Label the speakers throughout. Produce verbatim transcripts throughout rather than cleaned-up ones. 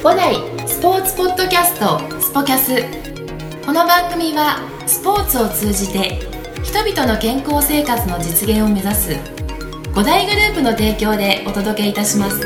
Speaker 1: 五代スポーツポッドキャストスポキャス。この番組はスポーツを通じて人々の健康生活の実現を目指す五大グループの提供でお届けいたします。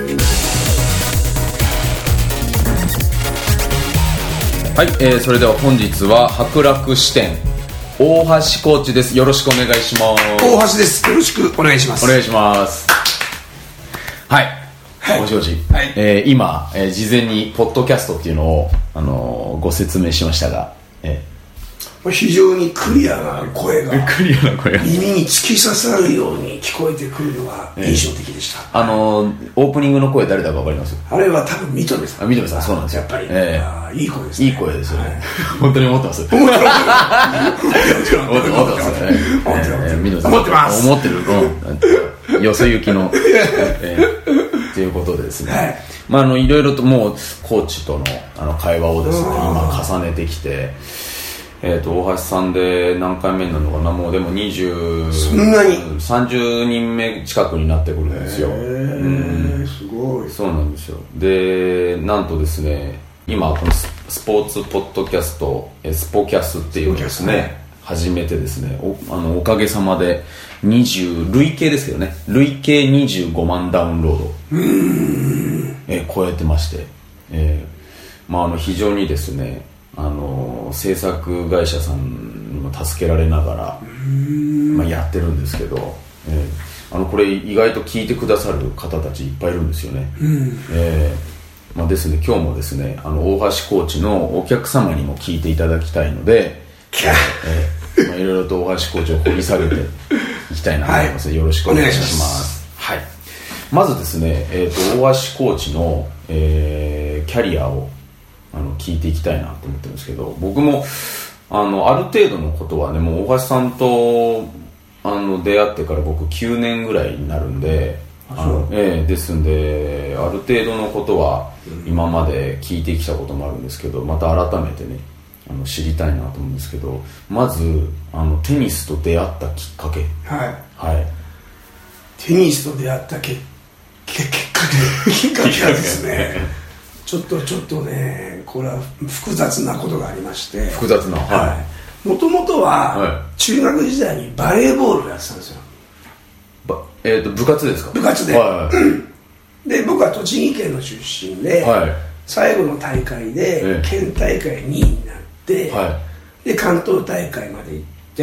Speaker 2: はい、えー、それでは本日は伯楽支店大橋コーチです。よろしくお願いします。
Speaker 3: 大橋です。よろしくお願いします。
Speaker 2: お願いします。はい、
Speaker 3: はい、
Speaker 2: 大橋コーチ、
Speaker 3: はい、
Speaker 2: えー、今、えー、事前にポッドキャストっていうのを、あのー、ご説明しましたが、え
Speaker 3: ー、非常にクリアな声が
Speaker 2: クリアな声が
Speaker 3: 耳に突き刺さるように聞こえてくるのが印象的でした。
Speaker 2: えー、あのー、オープニングの声誰だか分かります？
Speaker 3: あれは多分三富さん。
Speaker 2: あ、三富さん、そうなんですよ。
Speaker 3: やっぱり、
Speaker 2: え
Speaker 3: ー、いい声ですね。
Speaker 2: いい声ですよね、
Speaker 3: はい、
Speaker 2: 本当に思ってます。
Speaker 3: 思ってます
Speaker 2: 思ってますね。
Speaker 3: 思ってます。
Speaker 2: 思ってます。
Speaker 3: 思ってます。
Speaker 2: 思ってる。うん。よそ行きの。えー、ということでですね。はい。まああのいろいろともうコーチとのあの会話をですね今重ねてきて、えっと大橋さんで何回目になるのかな、もうでもにじゅう
Speaker 3: そんなに
Speaker 2: さんじゅうにんめ近くになってくるんですよ。へ
Speaker 3: ー、うん、すごい。
Speaker 2: そうなんですよ。でなんとですね今このスポーツポッドキャストスポキャスっていうのですね始めてですね お, あのおかげさまでにじゅう累計ですけどね累計にじゅうごまんダウンロード
Speaker 3: うーん、
Speaker 2: えー、超えてまして、えーまあ、あの非常にですねあの制作会社さんにも助けられながら、まあ、やってるんですけど、えー、あのこれ意外と聞いてくださる方たちいっぱいいるんですよね。
Speaker 3: うん、
Speaker 2: えーまあ、ですね今日もですねあの大橋コーチのお客様にも聞いていただきたいので、えーまあ、いろいろと大橋コーチを掘り下げていきたいなと思います、はい、よろしくお願いします。はい、まずですね、えー、と大橋コーチの、えー、キャリアをあの聞いていきたいなと思ってるんですけど、僕もあのある程度のことはねもう大橋さんとあの出会ってから僕きゅうねんぐらいになるんで、あの、えー、ですんである程度のことは今まで聞いてきたこともあるんですけど、また改めてねあの知りたいなと思うんですけど、まずあのテニスと出会ったきっかけ。
Speaker 3: はい、
Speaker 2: はい、
Speaker 3: テニスと出会ったきっかけきっかけはですねちょっとちょっとねこれは複雑なことがありまして。
Speaker 2: 複雑な、はい、
Speaker 3: もともとは中学時代にバレーボールをやってたんですよ。
Speaker 2: えー、と部活ですか？
Speaker 3: 部活で、はい、で僕は栃木県の出身で、はい、最後の大会で県大会にいになって、はい、で関東大会まで行って、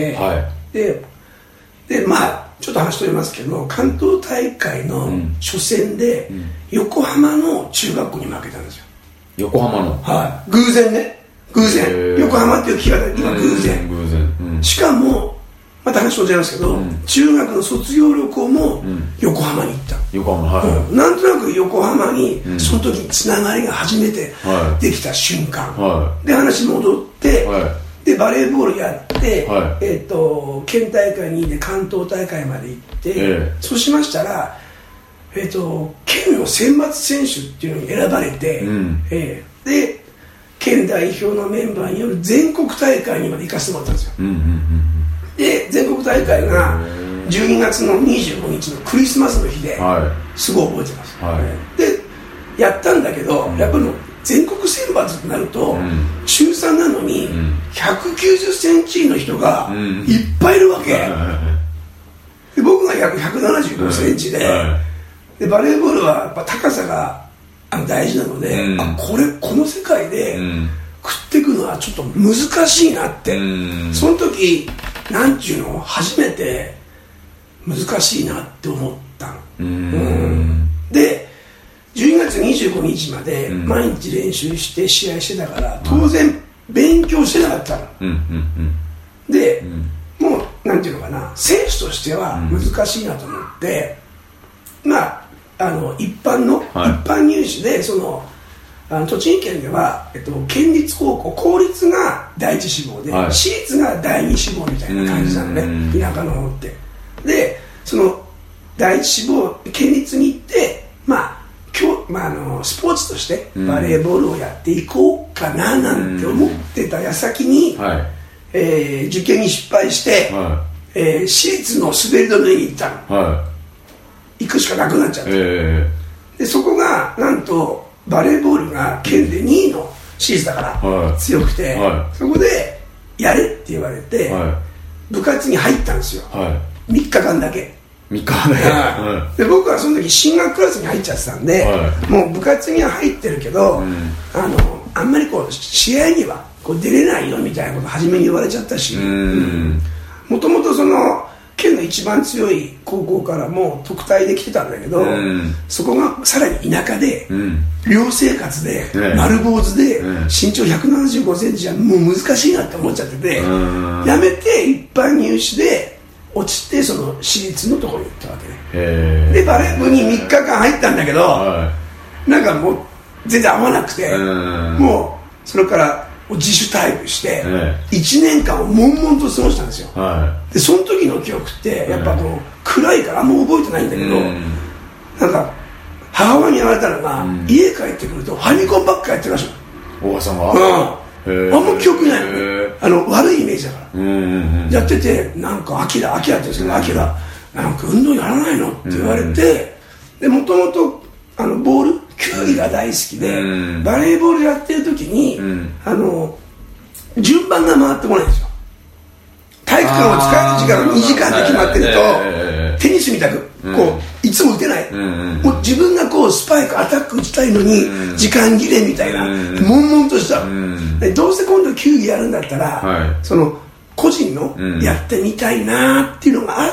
Speaker 3: はい、で, でまあちょっと話しておりますけど関東大会の初戦で横浜の中学校に負けたんですよ。
Speaker 2: 横浜の、
Speaker 3: はい、偶然ね偶然横浜っていう気が出て偶然、
Speaker 2: 偶然、うん、
Speaker 3: しかもまた話をございますけど、うん、中学の卒業旅行も横浜に行った、うん、
Speaker 2: 横浜、はい、
Speaker 3: うん、なんとなく横浜にその時につながりが初めてできた瞬間、はい、で話戻って、はい、でバレーボールやって、はい、えー、と県大会にで関東大会まで行って、えー、そうしましたら、えー、と県の選抜選手っていうのに選ばれて、うん、えー、で県代表のメンバーによる全国大会にまで行かせてもらったんですよ、うんうんうん、で全国大会がじゅうにがつのにじゅうごにちのクリスマスの日で、はい、すごい覚えてます、はい、でやったんだけど、うん、やっぱり全国選抜となると、うん、中さんなのにひゃくきゅうじゅっセンチの人がいっぱいいるわけ、うん、で僕が約ひゃくななじゅうごセンチで、はい、でバレーボールはやっぱ高さがあの大事なので、うん、あこれこの世界で食っていくのはちょっと難しいなって、うん、その時なんちゅうの初めて難しいなって思ったの、うんうん、でじゅうにがつにじゅうごにちまで毎日練習して試合してたから当然勉強してなかったの、うんうんうん、で、うん、もうなんていうのかな選手としては難しいなと思って、うん、まああの一般の、はい、一般入試でそのあの栃木県では、えっと、県立高校公立が第一志望で、はい、私立が第二志望みたいな感じなのね田舎の方ってでその第一志望県立に行ってまあ今日、まあ、あのスポーツとしてバレーボールをやっていこうかななんて思ってた矢先に、はい、えー、受験に失敗して、はい、えー、私立の滑り止めに行ったの、はい、行くしかなくなっちゃった、えー、でそこがなんとバレーボールが県でにいの私立だから強くて、はいはい、そこでやれって言われて、はい、部活に入ったんですよ、はい、みっかかんだけ
Speaker 2: みっかかんだけ、
Speaker 3: はい、で僕はその時進学クラスに入っちゃってたんで、はい、もう部活には入ってるけど、うん、あのあんまりこう試合にはこう出れないよみたいなこと初めに言われちゃったし、もともとその県の一番強い高校からも特待で来てたんだけど、うん、そこがさらに田舎で、うん、寮生活で、ね、丸坊主で、うん、身長ひゃくななじゅうごセンチじゃもう難しいなって思っちゃってて、うん、やめて一般入試で落ちてその私立のところに行ったわけね。でバレー部にみっかかん入ったんだけど、はい、なんかもう全然合わなくて、もうそれから自主退部していちねんかんを悶々と過ごしたんですよ、はい、でその時の記憶ってやっぱこの暗いからあんま覚えてないんだけど、うん、なんか母親に言われたのが、うん、家帰ってくるとファミコンばっかやってるらしい
Speaker 2: の。おばさんが、
Speaker 3: うん、あんま記憶ないのね、あの悪いイメージだから、うんうんうん、やっててなんかアキラアキラって言うんですけど、アキラなんか運動やらないのって言われて、でもともとあのボール球技が大好きで、うん、バレーボールやってる時に、うん、あの順番が回ってこないんですよ。体育館を使える時間がにじかんで決まってると、えー、テニスみたくこういつも打てない、うん、もう自分がこうスパイクアタック打ちたいのに、うん、時間切れみたいな、うん、悶々とした、うん、でどうせ今度球技やるんだったら、はい、その個人のやってみたいなっていうのがあって、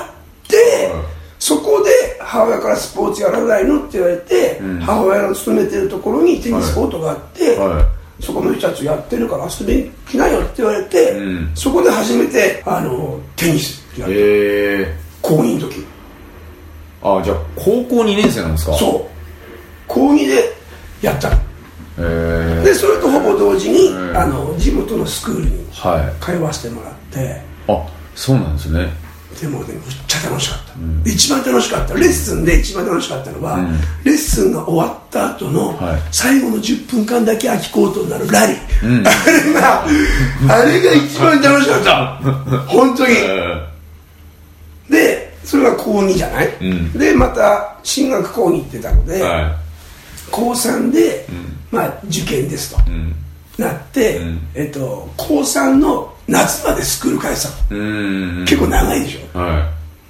Speaker 3: うん、そこで母親からスポーツやらないのって言われて、うん、母親の勤めてるところにテニスコートがあって、はいはい、そこの人たちやってるから遊びに来なよって言われて、うん、そこで初めてあのテニスやった、えー、高にの時。
Speaker 2: あ、じゃあ高校にねん生なんですか。
Speaker 3: そう、高にでやったの、えー、でそれとほぼ同時に、えー、あの地元のスクールに通わせてもらって、はい、
Speaker 2: あ、そうなんですね。
Speaker 3: でもね、めっちゃ楽しかった、うん、一番楽しかったレッスンで一番楽しかったのは、うん、レッスンが終わった後の、はい、最後のじゅっぷんかんだけ空きコートになるラリー、うん、あれがあれが一番楽しかった本当に、えー、でそれが高にじゃない、うん、でまた進学高に行ってたので、はい、高さんで、うん、まあ受験ですと、うん、なって、うん、えっと、高さんの夏までスクール返したの、うんうん、結構長いでしょ、はい、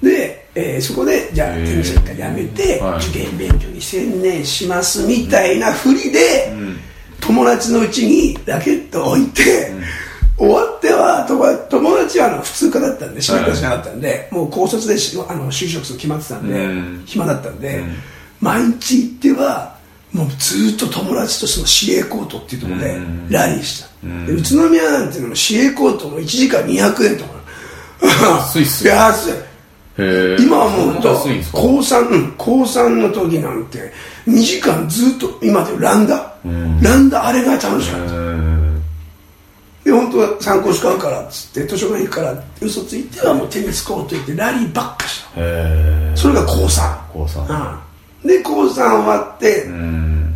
Speaker 3: で、えー、そこでじゃあテニス一回やめて、はい、受験勉強に専念しますみたいなふりで、うん、友達のうちにラケットを置いて、うん、終わっては友達はあの普通科だったんで進学しなかったんで、はい、もう高卒であの就職する決まってたんで、うん、暇だったんで、うん、毎日行ってはもうずっと友達とその市営コートっていうところでラリーした、うん、で宇都宮なんていうのも市営コートもいちじかんにひゃくえんとか
Speaker 2: 安いっすね。
Speaker 3: 安い。今はもう高さん、うん、高さんの時なんてにじかんずっと今でいうランダ、うん、ランダあれが楽しかった。で本当は参考書買うからっつって図書館行くからって嘘ついてはもうテニスコート行ってラリーばっかした。それが高さん。
Speaker 2: 高さん。
Speaker 3: うん、で高さん終わって、うん、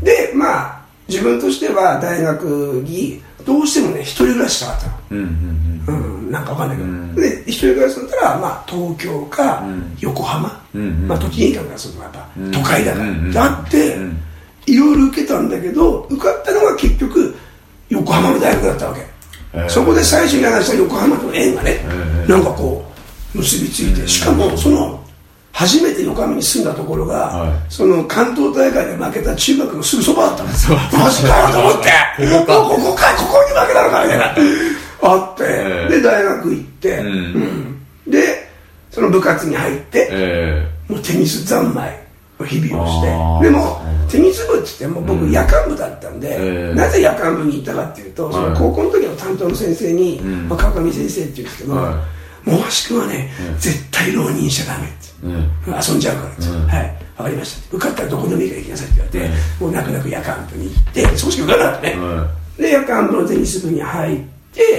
Speaker 3: でまあ自分としては大学にどうしてもね一人暮らししたかったの、うんうんうん、なんかわかんないけど、うん、で一人暮らしだったら、まあ、東京か横浜、うん、まあ、栃木県からするとやっぱ、うん、都会だから、うん、ってあって、うん、いろいろ受けたんだけど受かったのが結局横浜の大学だったわけ、えー、そこで最初に話した横浜との縁がね、えー、なんかこう結びついて、しかもその初めて横浜に住んだところが、はい、その関東大会で負けた中学のすぐそばだったんですよ。マジかよと思ってここかここかここに負けたのかみたいなあって、えー、で大学行って、うんうん、でその部活に入って、えー、もうテニス三昧の日々をしてでもテニス部って言っても僕、うん、夜間部だったんで、えー、なぜ夜間部に行ったかっていうと、その高校の時の担当の先生に、うん、まあ、川上先生って言うんですけど、はい、大橋君はね、うん、絶対浪人しちゃダメって、うん、遊んじゃうからって、うん、はい、分かりました、受かったらどこでもいいから行きなさいって言われて、うん、もう泣く泣く夜間部に行って少し受からなかったね、うん、で夜間部のテニス部に入って、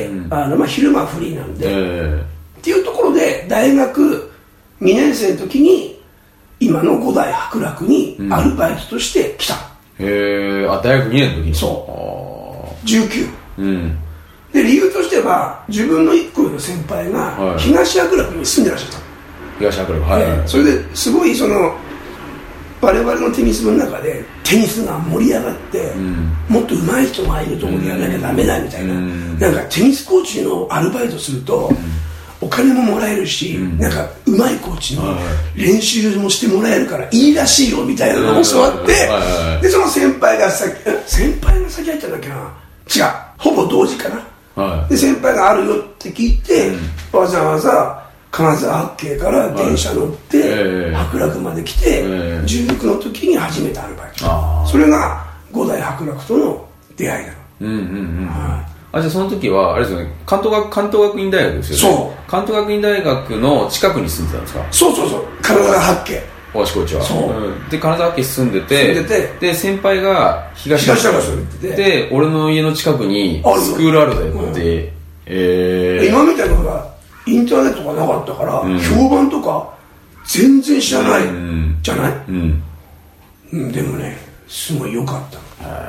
Speaker 3: うん、あのまあ、昼間フリーなんで、うん、っていうところで大学にねん生の時に今の五代博楽にアルバイトとして来た、
Speaker 2: うん、へえ、あ、大学にねんの時に。
Speaker 3: そうじゅうきゅう、うん、で理由としては自分の一個上の先輩が東博楽に住んでらっしゃった、
Speaker 2: 東博楽、はい、
Speaker 3: それですごいその我々のテニス部の中でテニスが盛り上がって、うん、もっと上手い人がいるところでやらなきゃダメだみたいな、うん、なんかテニスコーチのアルバイトすると、うん、お金ももらえるし、うん、なんか上手いコーチの練習もしてもらえるからいいらしいよみたいなのを教わって、でその先輩が先先輩が先入ったんだっけな、違うほぼ同時かな、はい、で先輩があるよって聞いて、うん、わざわざ金沢八景から電車乗って、はいえー、白楽まで来て、えー、じゅうろくの時に始めたアルバイト、それが五代白楽との出会いだ。うんうんうん、
Speaker 2: はい、あじゃあその時はあれですよね、関東学関東学院大学ですよね。そう関東学院大学の近くに住んでたんですか。
Speaker 3: そうそうそう、金沢八景
Speaker 2: 大橋コーチはそう、うん、で金沢八景住んでて、
Speaker 3: 住んでて
Speaker 2: で先輩が東
Speaker 3: 東高洲に行ってて、
Speaker 2: で俺の家の近くにスクールあるだよって、うんえー、
Speaker 3: 今みたいなのがインターネットがなかったから、うん、評判とか全然知らない、うん、じゃない、うんうん、でもねすごい良かった。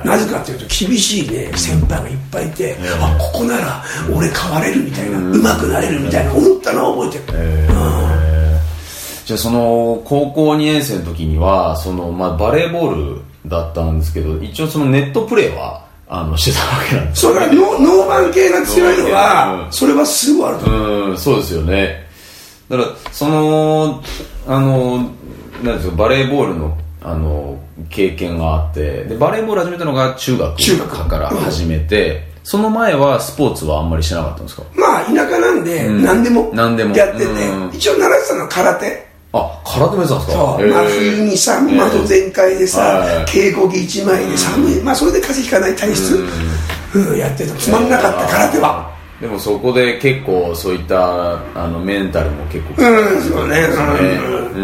Speaker 3: なぜかというと厳しいね先輩がいっぱいいて、うん、あここなら俺変われるみたいな、うん、上手くなれるみたいな思ったのを覚えてる、えー
Speaker 2: うん、じゃあその高校にねん生の時にはその、まあ、バレーボールだったんですけど、一応そのネットプレーはあのしてたわけなんです
Speaker 3: よ、ね、そうだからノーバン系が強いのは、うん、それはすぐあると思う。
Speaker 2: うんそうですよね。だからそのあのなんですかバレーボールのあの経験があって、でバレーボール始めたのが中学
Speaker 3: 中学
Speaker 2: から始めて、うん、その前はスポーツはあんまりしなかったんですか。
Speaker 3: まあ田舎なんで、うん、何でもやってて、うん、一応習ってたのは空手。
Speaker 2: あ、空手もやってたんですか。
Speaker 3: そう、真冬にさ、窓全開でさ、稽古着一枚で寒い、まあそれで風邪ひかない体質、うん、やってた。つまんなかった空手は。
Speaker 2: でもそこで結構そういったあのメンタルも結構
Speaker 3: うんそうね。
Speaker 2: うん。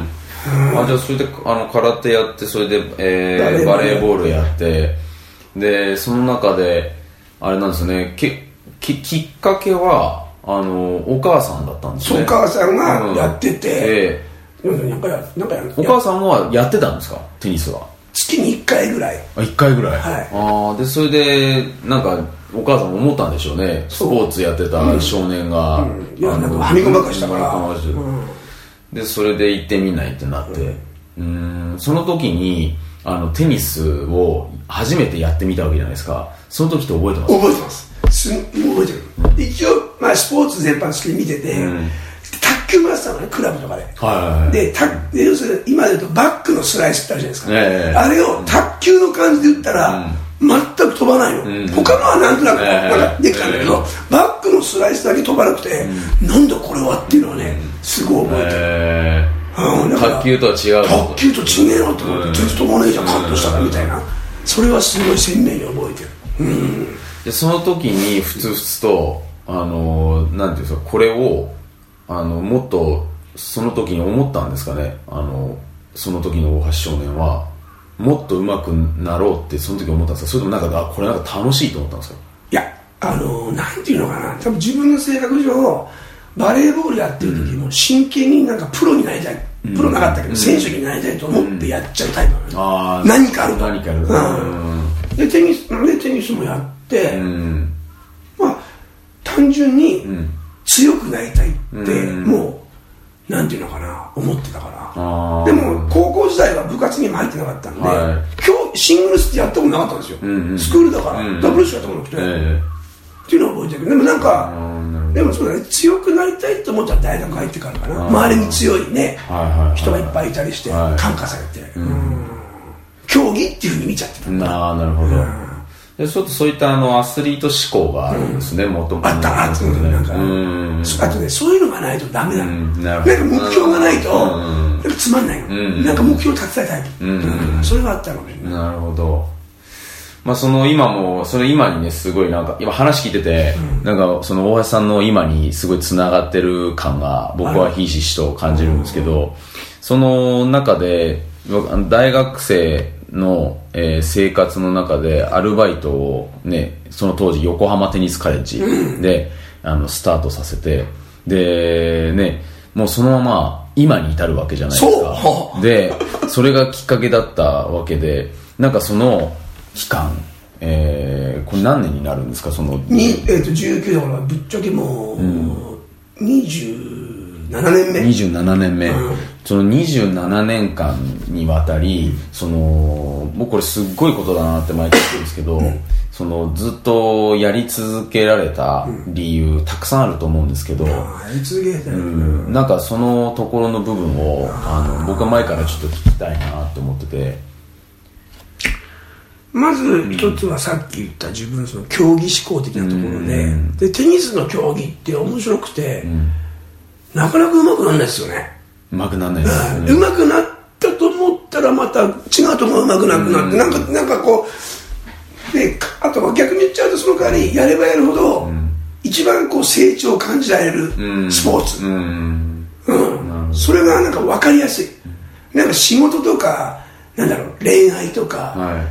Speaker 2: あじゃあそれであの空手やってそれで、えー、バレーボールやってでその中であれなんですねけききっかけはあのお母さんだったんですね。
Speaker 3: そうお母さんがやってて、うんえー、なんかやなんかや
Speaker 2: お母さんはやってたんですかテニスは。
Speaker 3: 月にいっかいぐらい。
Speaker 2: あいっかいぐらい。
Speaker 3: はい。
Speaker 2: あでそれでなんかお母さんも思ったんでしょうね。スポーツやってた少年が、
Speaker 3: うんうん、いやなんかはみごまかしたから。
Speaker 2: うんでそれで行ってみないってなって、うん、うんその時にあのテニスを初めてやってみたわけじゃないですか。その時って覚えてます？
Speaker 3: 覚えてます。す覚えてる、うん、一応、まあ、スポーツ全般好きで見てて、うん、卓球もやってたのねクラブとかで、はいはいはい、で, で要するに今で言うとバックのスライスってあるじゃないですか、えー、あれを卓球の感じで打ったら、うん、全く飛ばないの、うん、他のはなんとなくなんかできたんだけど、えー、バックのスライスだけ飛ばなくて、うん、なんだこれはっていうのはねすごい覚えてる、え
Speaker 2: ーうん、卓球とは違う
Speaker 3: 卓球と違えなと思って全然飛ばねえじゃんカットしたらみたいな、それはすごい鮮明に覚えてる、うん、
Speaker 2: でその時にふつふつとあのなんていうんですかこれをあのもっとその時に思ったんですかね。あのその時の大橋少年はもっと上手くなろうってその時思ったんですか。それともなんかあこれなんか楽しいと思ったんですか。
Speaker 3: いやあのなんていうのかな多分自分の性格上バレーボールやってる時も真剣になんかプロになりたい、うん、プロなかったけど、うん、選手になりたいと思ってやっちゃうタイプなの、ね、うん、あ何かあると
Speaker 2: 何かある、
Speaker 3: うん、でテニスなんでテニスもやって、うん、まあ単純に強くなりたいって、うん、もうなんていうのかな思ってたから。でも高校時代は部活にも入ってなかったんで、はい、今日シングルスってやったことなかったんですよ、うんうん、スクールだから、うん、ダブルスやったことなくて、えー、っていうのは覚えてるけど、でもなんかでもそうだね強くなりたいと思ったら大学入ってからかな。周りに強いね、はいはいはい、人がいっぱいいたりして、はい、感化されて、うん、競技っていうふうに見ちゃってたんだ。
Speaker 2: あなるほど、うんでちょっとそういったあのアスリート思考があるんですね、もともと。
Speaker 3: あったあったなんか、うん、あとねそういうのがないとダメなの、うん、な, なんか目標がないと、うん、なんかつまんないの、うん、なんか目標を立てたいタイプ、うんうん、それがあったのね。
Speaker 2: なるほど。まあその今もその今にねすごいなんか今話聞いてて、うん、なんかその大橋さんの今にすごいつながってる感が僕はひしひしと感じるんですけど、うん、その中で大学生の、えー、生活の中でアルバイトをねその当時横浜テニスカレッジで、うん、あのスタートさせてでねもうそのまま今に至るわけじゃないですか。そうでそれがきっかけだったわけでなんかその期間、えー、これ何年になるんですかその
Speaker 3: に、えー、とじゅうきゅうだからぶっちゃけもう、うん、にじゅうななねんめ
Speaker 2: にじゅうななねんめ、うん、 そのにじゅうななねんかんにわたり、その僕これすっごいことだなって毎回言ってるんですけど、うん、そのずっとやり続けられた理由、うん、たくさんあると思うんですけど、
Speaker 3: やり続けたよ、ね、
Speaker 2: うん、なんかそのところの部分をあの僕は前からちょっと聞きたいなって思ってて、
Speaker 3: まず一つはさっき言った自分のその競技志向的なところで、うん、でテニスの競技って面白くて、うん、なかなか上手くならないですよね。
Speaker 2: 上手くならないですよね。
Speaker 3: 上手くなったと思ったらまた違うところが上手くなくなって、うん、なんかなんかこうで、あとは逆に言っちゃうとその代わりやればやるほど、うん、一番こう成長を感じられるスポーツ、うんうんうん、それがなんか分かりやすい。なんか仕事とかなんだろう恋愛とか、はい、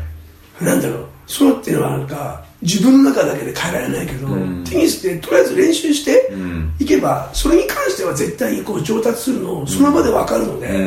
Speaker 3: なんだろうそういうのっていうのはなんか自分の中だけで変えられないけど、うん、テニスってとりあえず練習していけば、うん、それに関しては絶対にこう上達するのをその場で分かるので、うん、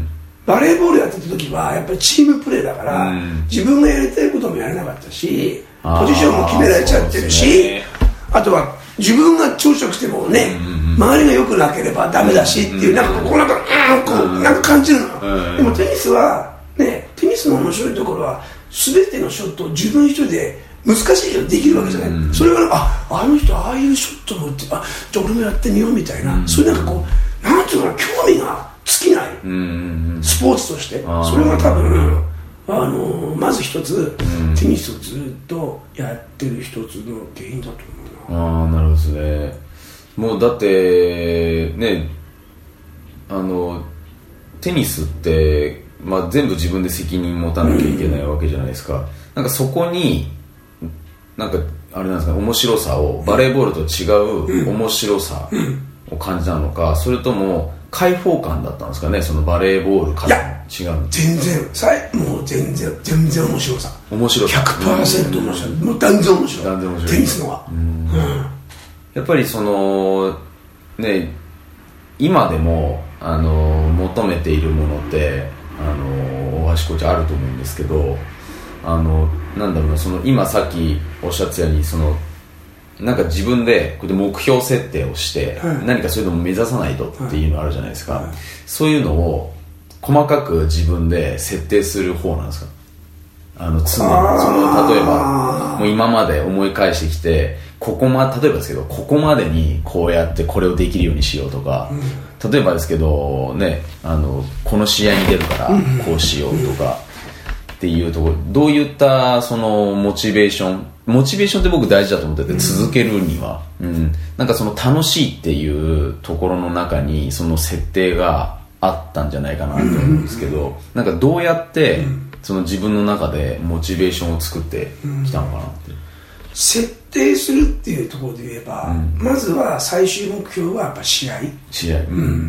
Speaker 3: バレーボールやってた時はやっぱりチームプレーだから、うん、自分がやりたいこともやれなかったし、ポジションも決められちゃってるし、 あ,、ね、あとは自分が朝食してもね、うん、周りが良くなければダメだしっていう、うん、なんかこうなんか、うん、こうなんか感じるの、うん、でもテニスはね、テニスの面白いところは全てのショットを自分一人で難しいけどできるわけじゃない、うん、それがあ、あの人ああいうショットも打って、あ、じゃあ俺もやってみようみたいな、うん、そういうなんかこうなんていうのかな、興味が尽きない、うん、スポーツとして、それが多分あのまず一つ、うん、テニスをずっとやってる一つの原因だと思うな。
Speaker 2: ああ、なるほどですね。もうだってね、あのテニスって、まあ、全部自分で責任持たなきゃいけないわけじゃないですか、うん、なんかそこになんかあれなんですか、面白さをバレーボールと違う面白さを感じたのか、それとも開放感だったんですかね、そのバレーボールから違う。
Speaker 3: 全然さもう全然全然面白さ
Speaker 2: 面白さ
Speaker 3: ひゃくパーセント 面白い、もう断然面白い、断然面白いテニスのは、うん、うん、
Speaker 2: やっぱりそのね、今でもあの求めているものってあの大橋コーチあると思うんですけど、あのなんだろうな、その今さっきおっしゃってたように、そのなんか自分でこうやって目標設定をして、はい、何かそういうのを目指さないとっていうのあるじゃないですか、はいはい、そういうのを細かく自分で設定する方なんですか？あの常にその例えばもう今まで思い返してきて、ここま例えばですけど、ここまでにこうやってこれをできるようにしようとか、うん、例えばですけどね、あのこの試合に出るからこうしようとかっていうところ、どういったそのモチベーションモチベーションって僕大事だと思ってて、続けるには、うん、なんかその楽しいっていうところの中にその設定があったんじゃないかなと思うんですけど、なんかどうやってその自分の中でモチベーションを作ってきたのかなって。
Speaker 3: 設定するっていうところで言えば、うん、まずは最終目標はやっぱ試合
Speaker 2: 試合、うん、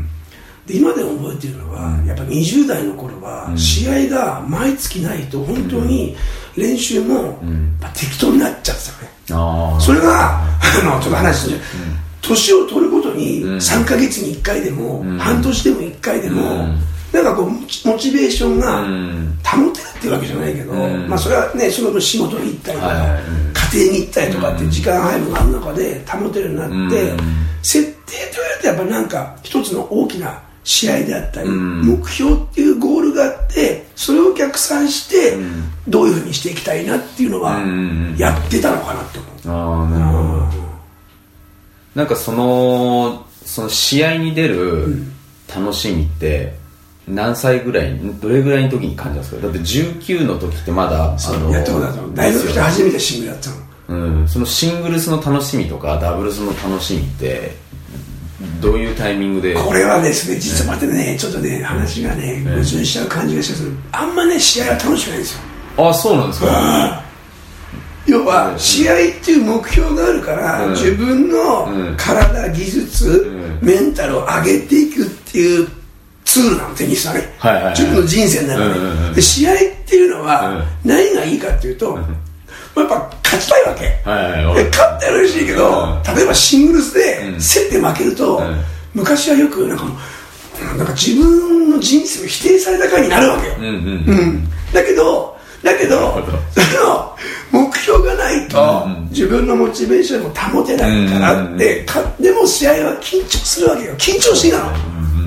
Speaker 3: で今でも覚えてるのは、うん、やっぱにじゅう代の頃は、うん、試合が毎月ないと本当に練習も、うん、適当になっちゃってたね、あそれがあのちょっと話して、うん、年を取るごとにさんかげつにいっかいでも、うん、半年でもいっかいでも、うん、なんかこうモチベーションが保てるっていうわけじゃないけど、うん、まあそれはね、その仕事に行ったりとか、はいはい、家庭に行ったりとかっていう時間配分がある中で保てるようになって、うん、設定と言われてやっぱなんか一つの大きな試合であったり、うん、目標っていうゴールがあって、それを逆算してどういうふうにしていきたいなっていうのはやってたのかなって思う。ああ、なるほど。
Speaker 2: なんかそのその試合に出る楽しみって何歳ぐらい、どれぐらいの時に感じますか？だってじゅうきゅうの時ってまだあ
Speaker 3: のやったことあったの。大学して初めてシングルやったの。
Speaker 2: うん、そのシングルスの楽しみとかダブルスの楽しみってどういうタイミングで？
Speaker 3: これはですね、実は待ってね、ちょっとね、話がね、矛盾しちゃう感じがしますけど、あんまね、試合は楽しくないんですよ。
Speaker 2: あ、そうなんですか。
Speaker 3: 要は、試合っていう目標があるから、うん、自分の体、技術、うん、メンタルを上げていくっていうツールなの、テニスはね。はいはいはい、自分の人生の中で、うんうんうん。で、試合っていうのは、何がいいかっていうと、うん、やっぱ勝ちたいわけ、はいはい、で勝ったら嬉しいけど、うん、例えばシングルスで競って負けると、うん、昔はよくなんかなんか自分の人生を否定された感になるわけよ、うんうんうんうん、だけどだけどその目標がないと、うんうん、自分のモチベーションも保てないからって、うんうんうん、でも試合は緊張するわけよ、緊張しいなの、うんうんうん、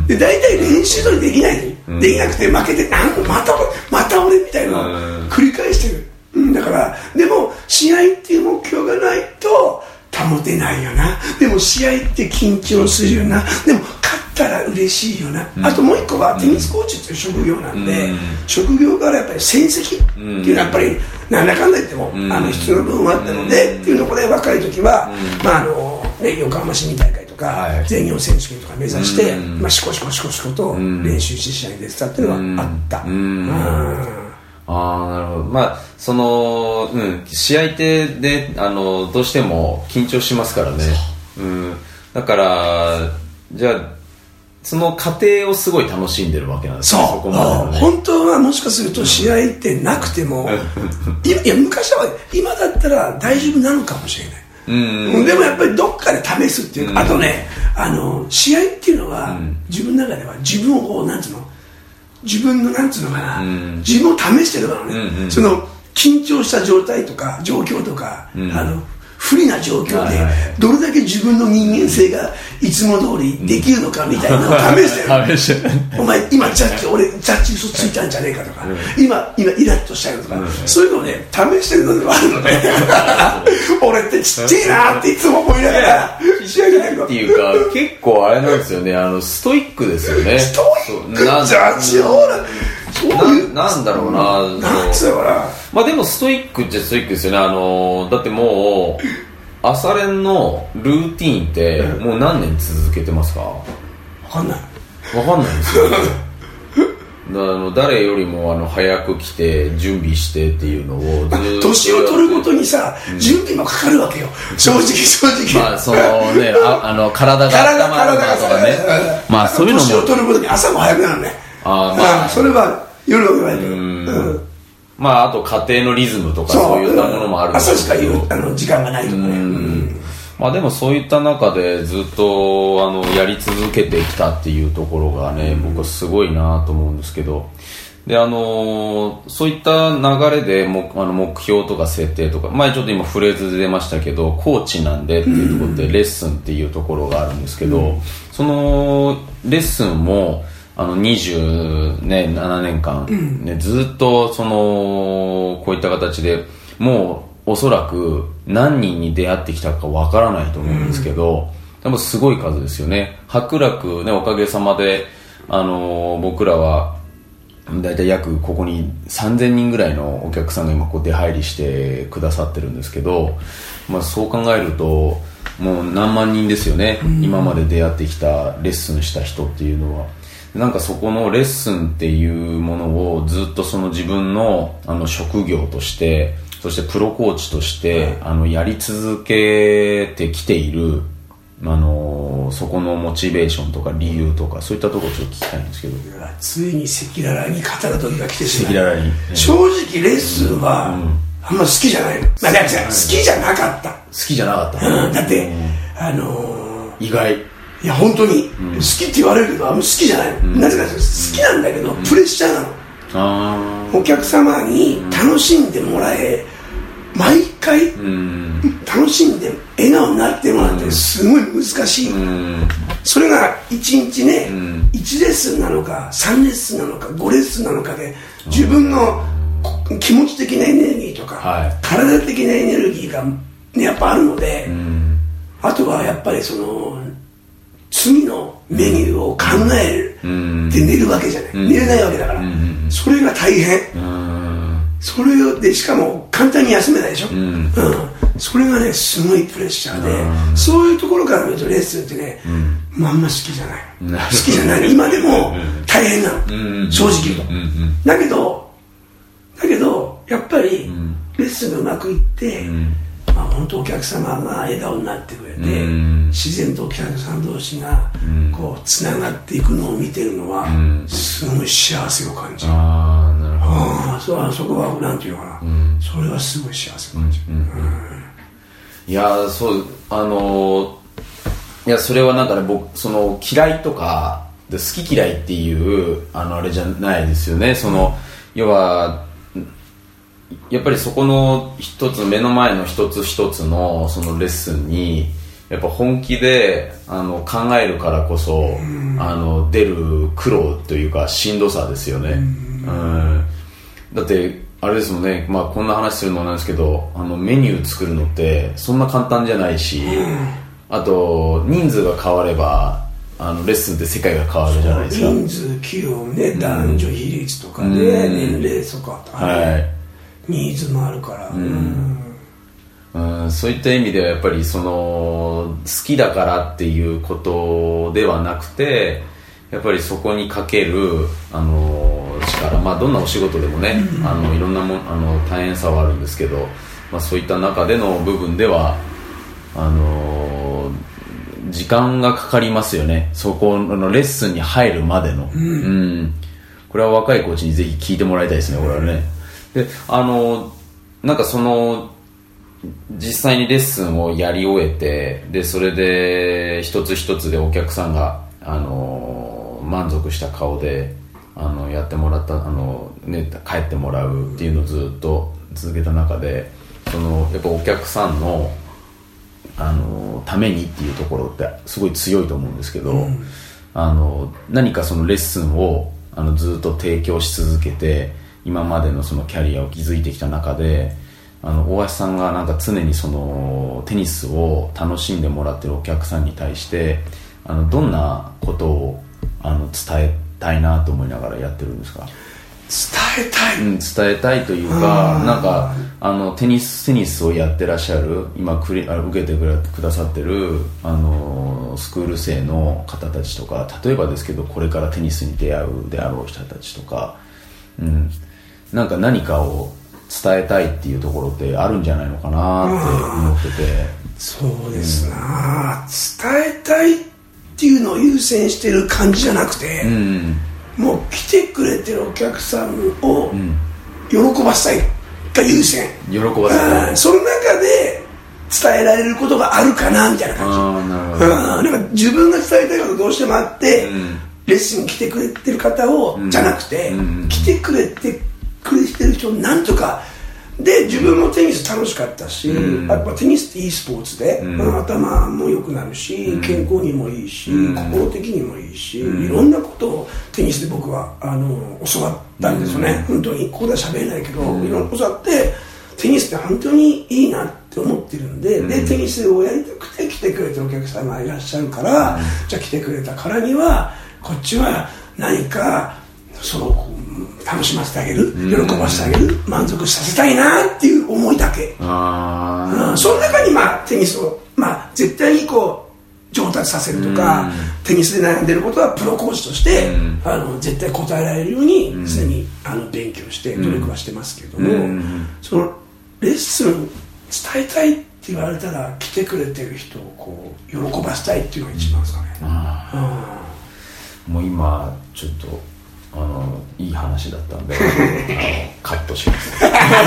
Speaker 3: ん、で大体練習通りできない、うん、できなくて負けてなんまた俺また俺みたいなのを繰り返してる、うん、だからでも試合っていう目標がないと保てないよな。でも試合って緊張するよな。でも勝ったら嬉しいよな、うん、あともう一個はテニスコーチっていう職業なんで、うん、職業からやっぱり戦績っていうのはやっぱりなんだかんだ言っても、うん、あの必要な部分があったので、うん、っていうのこで若い時は、うん、まああのね、横浜市民大会とか、はい、全日本選手権とか目指して、うん、まあ、シコシコシコシコと練習して試合に出てたっていうのがあった、うんうんうん、
Speaker 2: ああ、なるほど。まあその、うん、試合ってであのどうしても緊張しますからね。う、うん、だからじゃあその過程をすごい楽しんでるわけなんですよ。
Speaker 3: そう、そこまでのね、本当はもしかすると試合ってなくても、いや昔は今だったら大丈夫なのかもしれない。うん、でもやっぱりどっかで試すっていうか、うん、あとね、あの試合っていうのは、うん、自分の中では自分をこうなんつうの自分のなんつうのかな、うん、自分を試してるからね、うんうん、その緊張した状態とか状況とか、うん、あの不利な状況でどれだけ自分の人間性がいつも通りできるのかみたいなのを試してるお前今ジャッジ俺ジャッジ嘘ついたんじゃねえかとか、うん、今今イラッとしたよとか、うん、そういうのをね試してるのではあるので俺ってちっちゃいなっていつも思いながら
Speaker 2: 仕上げてるっていうか結構あれなんですよね、あのストイックですよね。
Speaker 3: ストイックジャッジほら
Speaker 2: な, なんだろうな、
Speaker 3: なんつうのかな、
Speaker 2: まあでもストイックってストイックですよね。あのだってもう朝練のルーティーンってもう何年続けてますか？
Speaker 3: 分かんない
Speaker 2: 分かんないですよねあの誰よりもあの早く来て準備してっていうのをずっと
Speaker 3: 年を取るごとにさ、うん、準備もかかるわけよ、正直正直。
Speaker 2: まあそのねああの体が温まるとかね、まあそういうのも
Speaker 3: 年を取るごとに朝も早くなるね。あ、まあ、それは夜は言われてる、うんうん、
Speaker 2: まああと家庭のリズムとかそういったものもあるんですけど、
Speaker 3: 朝しか言うあの時間がないとかね、うん、
Speaker 2: まあでもそういった中でずっとあのやり続けてきたっていうところがね、僕はすごいなと思うんですけど、であのそういった流れでもあの目標とか設定とか、前ちょっと今フレーズで出ましたけどコーチなんでっていうところでレッスンっていうところがあるんですけど、うん、そのレッスンもあのにじゅうななねんかん、ね、うん、ずっとそのこういった形でもうおそらく何人に出会ってきたかわからないと思うんですけど、うん、でもすごい数ですよね。伯楽ね、おかげさまであの僕らはだいたい約ここにさんぜんにんぐらいのお客さんが今こう出入りしてくださってるんですけど、まあ、そう考えるともう何万人ですよね、うん、今まで出会ってきたレッスンした人っていうのは。なんかそこのレッスンっていうものをずっとその自分のあの職業として、そしてプロコーチとしてあのやり続けてきている、あのそこのモチベーションとか理由とかそういったところをちょっと聞きたいんですけど。
Speaker 3: ついに赤裸々に語る時が来てしまう。
Speaker 2: 赤裸々に、
Speaker 3: 正直レッスンは、うんうん、あんま好きじゃないの、まあ、だって好きじゃなかった。好
Speaker 2: きじゃなかった、
Speaker 3: うん、だって、うん、あのー、
Speaker 2: 意外
Speaker 3: いや本当に、うん、好きって言われるけどあんま好きじゃないの、うん、なぜか好きなんだけど、うん、プレッシャーなの、あお客様に楽しんでもらえ、毎回、うん、楽しんで笑顔になってもらってすごい難しい、うん、それがいちにちね、うん、いちレッスンなのかさんレッスンなのかごレッスンなのかで自分の気持ち的なエネルギーとか、はい、体的なエネルギーが、ね、やっぱあるので、うん、あとはやっぱりその次のメニューを考える、うん、で寝るわけじゃない、うん、寝れないわけだから、うん、それが大変、うん、それでしかも簡単に休めないでしょ、うんうん、それがねすごいプレッシャーで、うん、そういうところから見るとレッスンってね、うん、まああんま好きじゃない、うん、好きじゃない今でも大変なの、うん、正直言うと、うん、だけどだけどやっぱりレッスンがうまくいって、うんまあ、本当お客様が笑顔になってくれて、うん、自然とお客さん同士がこうつながっていくのを見てるのは、うん、すごい幸せを感じる。あなるほど。あそ, あそこはなんていうかな、うん、それはすごい幸せを感じる、うんうんうん、
Speaker 2: いやそうあのいやそれはなんかね僕その嫌いとかで好き嫌いっていうあのあれじゃないですよね。その、うん、要はやっぱりそこの一つ目の前の一つ一つのそのレッスンにやっぱ本気であの考えるからこそ、うん、あの出る苦労というかしんどさですよね、うん、うん、だってあれですもんね、まあ、こんな話するのなんですけど、あのメニュー作るのってそんな簡単じゃないし、うん、あと人数が変わればあのレッスンって世界が変わるじゃないですか。
Speaker 3: 人数、気温ね、男女比率とかで、ね、うん、年齢とか、はい、ニーズもあるから、うん
Speaker 2: うん、そういった意味ではやっぱりその好きだからっていうことではなくて、やっぱりそこにかけるあの力、まあどんなお仕事でもね、うん、あのいろんなもあの大変さはあるんですけど、まあ、そういった中での部分ではあの時間がかかりますよね、そこのレッスンに入るまでの、うんうん、これは若いコーチにぜひ聞いてもらいたいですね、これはね。で、あのなんかその実際にレッスンをやり終えて、でそれで一つ一つでお客さんがあの満足した顔であのやってもらったあの、ね、帰ってもらうっていうのをずっと続けた中で、そのやっぱお客さんのあのためにっていうところってすごい強いと思うんですけど、うん、あの何かそのレッスンをあのずっと提供し続けて今までのそのキャリアを築いてきた中で、あの大橋さんがなんか常にそのテニスを楽しんでもらってるお客さんに対してあのどんなことをあの伝えたいなと思いながらやってるんですか？
Speaker 3: 伝えたい、
Speaker 2: うん、伝えたいというか、なんかあのテニステニスをやってらっしゃる今くりあ受けてくださってるあのスクール生の方たちとか、例えばですけどこれからテニスに出会うであろう人たちとか、うん、なんか何かを伝えたいっていうところってあるんじゃないのかなって思ってて、
Speaker 3: そうですな、うん、伝えたいっていうのを優先してる感じじゃなくて、うん、もう来てくれてるお客さんを喜ばせたいが優先、
Speaker 2: 喜ばせたい、
Speaker 3: その中で伝えられることがあるかなみたいな感じ。
Speaker 2: あ、なるほど。
Speaker 3: なんか自分が伝えたいことどうしてもあって、うん、レッスンに来てくれてる方を、うん、じゃなくて、うん、来てくれてくれてる人をなんとかで、自分もテニス楽しかったし、うん、やっぱテニスっていいスポーツで、うん、頭も良くなるし、うん、健康にもいいし、うん、心的にもいいし、うん、いろんなことをテニスで僕はあの教わったんですよね、うん、本当にここでは喋れないけど、うん、いろんな教わってテニスって本当にいいなって思ってるんで、うん、でテニスをやりたくて来てくれてるお客様がいらっしゃるから、うん、じゃあ来てくれたからにはこっちは何かその楽しませてあげる、喜ばせてあげる、満足させたいなっていう思いだけ。あ、うん、その中にまあテニスを、まあ、絶対にこう上達させるとか、テニスで悩んでることはプロコーチとして、あの絶対答えられるように常にあの勉強して努力はしてますけども、そのレッスン伝えたいって言われたら来てくれてる人をこう喜ばせたいっていうのが一番ですかね。
Speaker 2: あ、うん、もう今ちょっとあのいい話だったんであのカットします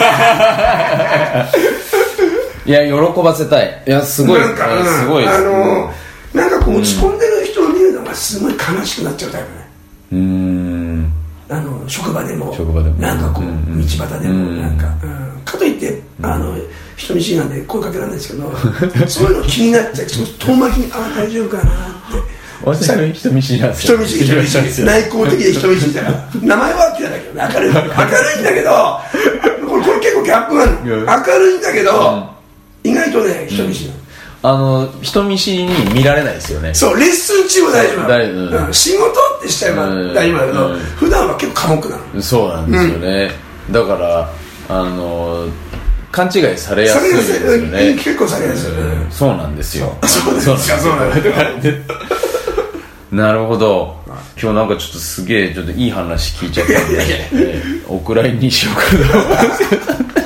Speaker 2: いや喜ばせたい、いやすごい
Speaker 3: なんか、うん、すごいあの、うん、なんかこう落ち込んでる人を見るのがすごい悲しくなっちゃうタイプね。うーん、あの職場でも
Speaker 2: 職場でも
Speaker 3: なんかこう、うん、道端でもなんか、うん、かといってあの人見知りなんで声かけられないですけどそういうの気になっちゃう、遠巻きにあ大丈夫かなって
Speaker 2: 私は人見知りなんですよ。
Speaker 3: 人見知り、人見知り、内向的で人見知りだから名前は明らかだけど、ね、明るい明るいんだけどこれ、これ結構ギャップがある。明るいんだけど、うん、意外とね人見知りなの、
Speaker 2: うん、あの人見知りに見られないですよね。
Speaker 3: そう、レッスン中は大丈夫なの、うん、仕事ってしちゃえば大丈夫だけど、うん、普段は結構寡黙なの。
Speaker 2: そうなんですよね、うん、だからあの勘違いされやすいですよね。
Speaker 3: 結構されやすい、
Speaker 2: うん、そうなんですよ。
Speaker 3: そうですか、そうなんですよ
Speaker 2: なるほど。今日なんかちょっとすげえちょっといい話聞いちゃったんで、えー、お蔵入りにしようかと思うんですけど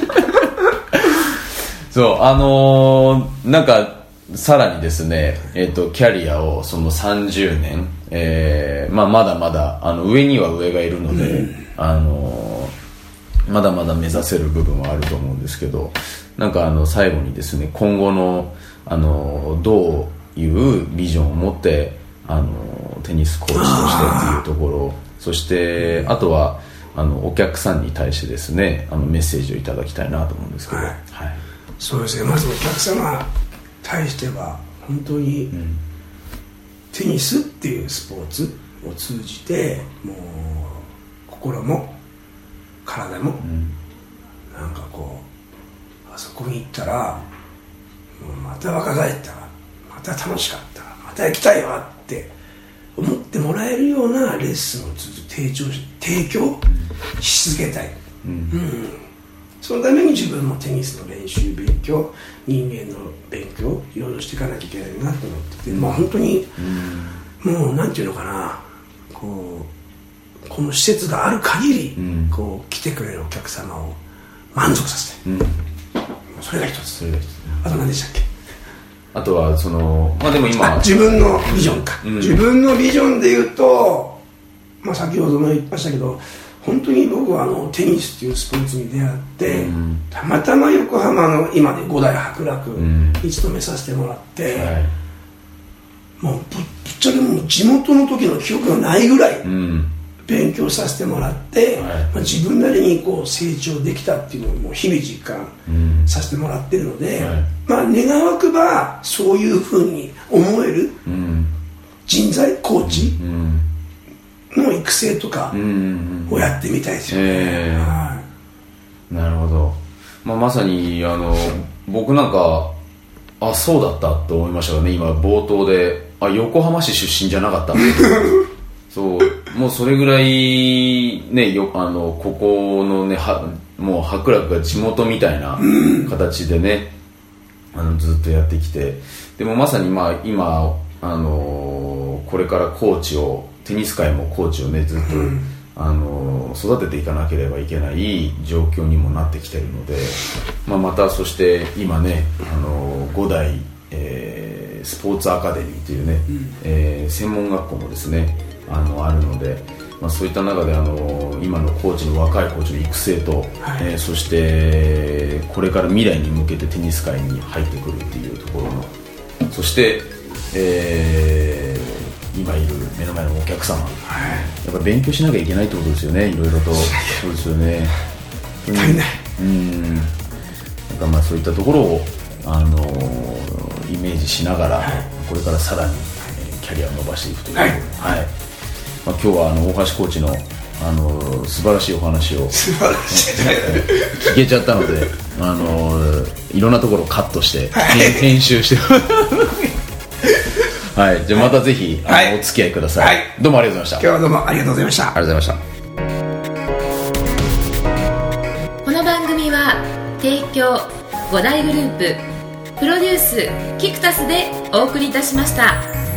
Speaker 2: そうあのー、なんかさらにですね、えーと、キャリアをそのさんじゅうねん、えーまあ、まだまだあの上には上がいるので、うん、あのー、まだまだ目指せる部分はあると思うんですけど、なんかあの最後にですね、今後の、あのー、どういうビジョンを持ってあのテニスコーチとしてっていうところ、そしてあとはあのお客さんに対してですね、あのメッセージをいただきたいなと思うんですけど、はいはい、
Speaker 3: そうですね、まずお客様に対しては本当に、うん、テニスっていうスポーツを通じてもう心も体も、うん、なんかこうあそこに行ったらもうまた若返ったまた楽しかったまた行きたいわって思ってもらえるようなレッスンをずっと提供し、提供し続けたい、うんうん、そのために自分もテニスの練習勉強人間の勉強いろいろしていかなきゃいけないなと思ってて、まあ、本当に、うん、もうなんていうのかなこうこの施設がある限り、うん、こう来てくれるお客様を満足させて、うん、それが一つ、それが一つ、あと何でしたっけ。
Speaker 2: あとはそのまあでも今
Speaker 3: 自分のビジョンか、うん、自分のビジョンで言うと、まあ、先ほども言いましたけど本当に僕はあのテニスっていうスポーツに出会って、うん、たまたま横浜の今で五代伯楽に勤めさせてもらって、うんはい、もうぶっちゃけもう地元の時の記憶がないぐらい勉強させてもらって、うんはいまあ、自分なりにこう成長できたっていうのをもう日々実感させてもらってるので、うんはいまあ、願わくばそういうふうに思える人材コーチの育成とかをやってみたいですよね、えーはい、
Speaker 2: なるほど、まあ、まさにあの僕なんかあそうだったと思いましたがね今冒頭であ横浜市出身じゃなかったそうもうそれぐらいねよあのここのねはもう伯楽が地元みたいな形でね、うん、あのずっとやってきてでもまさにまあ今あのこれからコーチをテニス界もコーチをねずっと、うん、あの育てていかなければいけない状況にもなってきてるので、まあ、またそして今ねあのご代、えー、スポーツアカデミーというね、うんえー、専門学校もですねあのあるので、まあ、そういった中であの今のコーチの若いコーチの育成と、はいえー、そしてこれから未来に向けてテニス界に入ってくるっていうところのそして、えー、今いる目の前のお客様、はい、やっぱ勉強しなきゃいけないってことですよねいろいろとそうですよね
Speaker 3: 大変だ
Speaker 2: うんなんかまあそういったところを、あのー、イメージしながら、はい、これからさらに、えー、キャリアを伸ばしていくという、はいはいまあ、今日はあの大橋コーチの、あのー、素晴らしいお話を
Speaker 3: 素晴らしい
Speaker 2: 聞けちゃったので、あのー、いろんなところをカットして、はい、編集してはい、じゃあまたぜひ、はい、あのお付き合いください、はい、どうもありがとうございました。
Speaker 3: 今日はどうもありがとうございました。
Speaker 2: ありがとうございま
Speaker 1: した。この番組は提供五大グループプロデュースキクタスでお送りいたしました。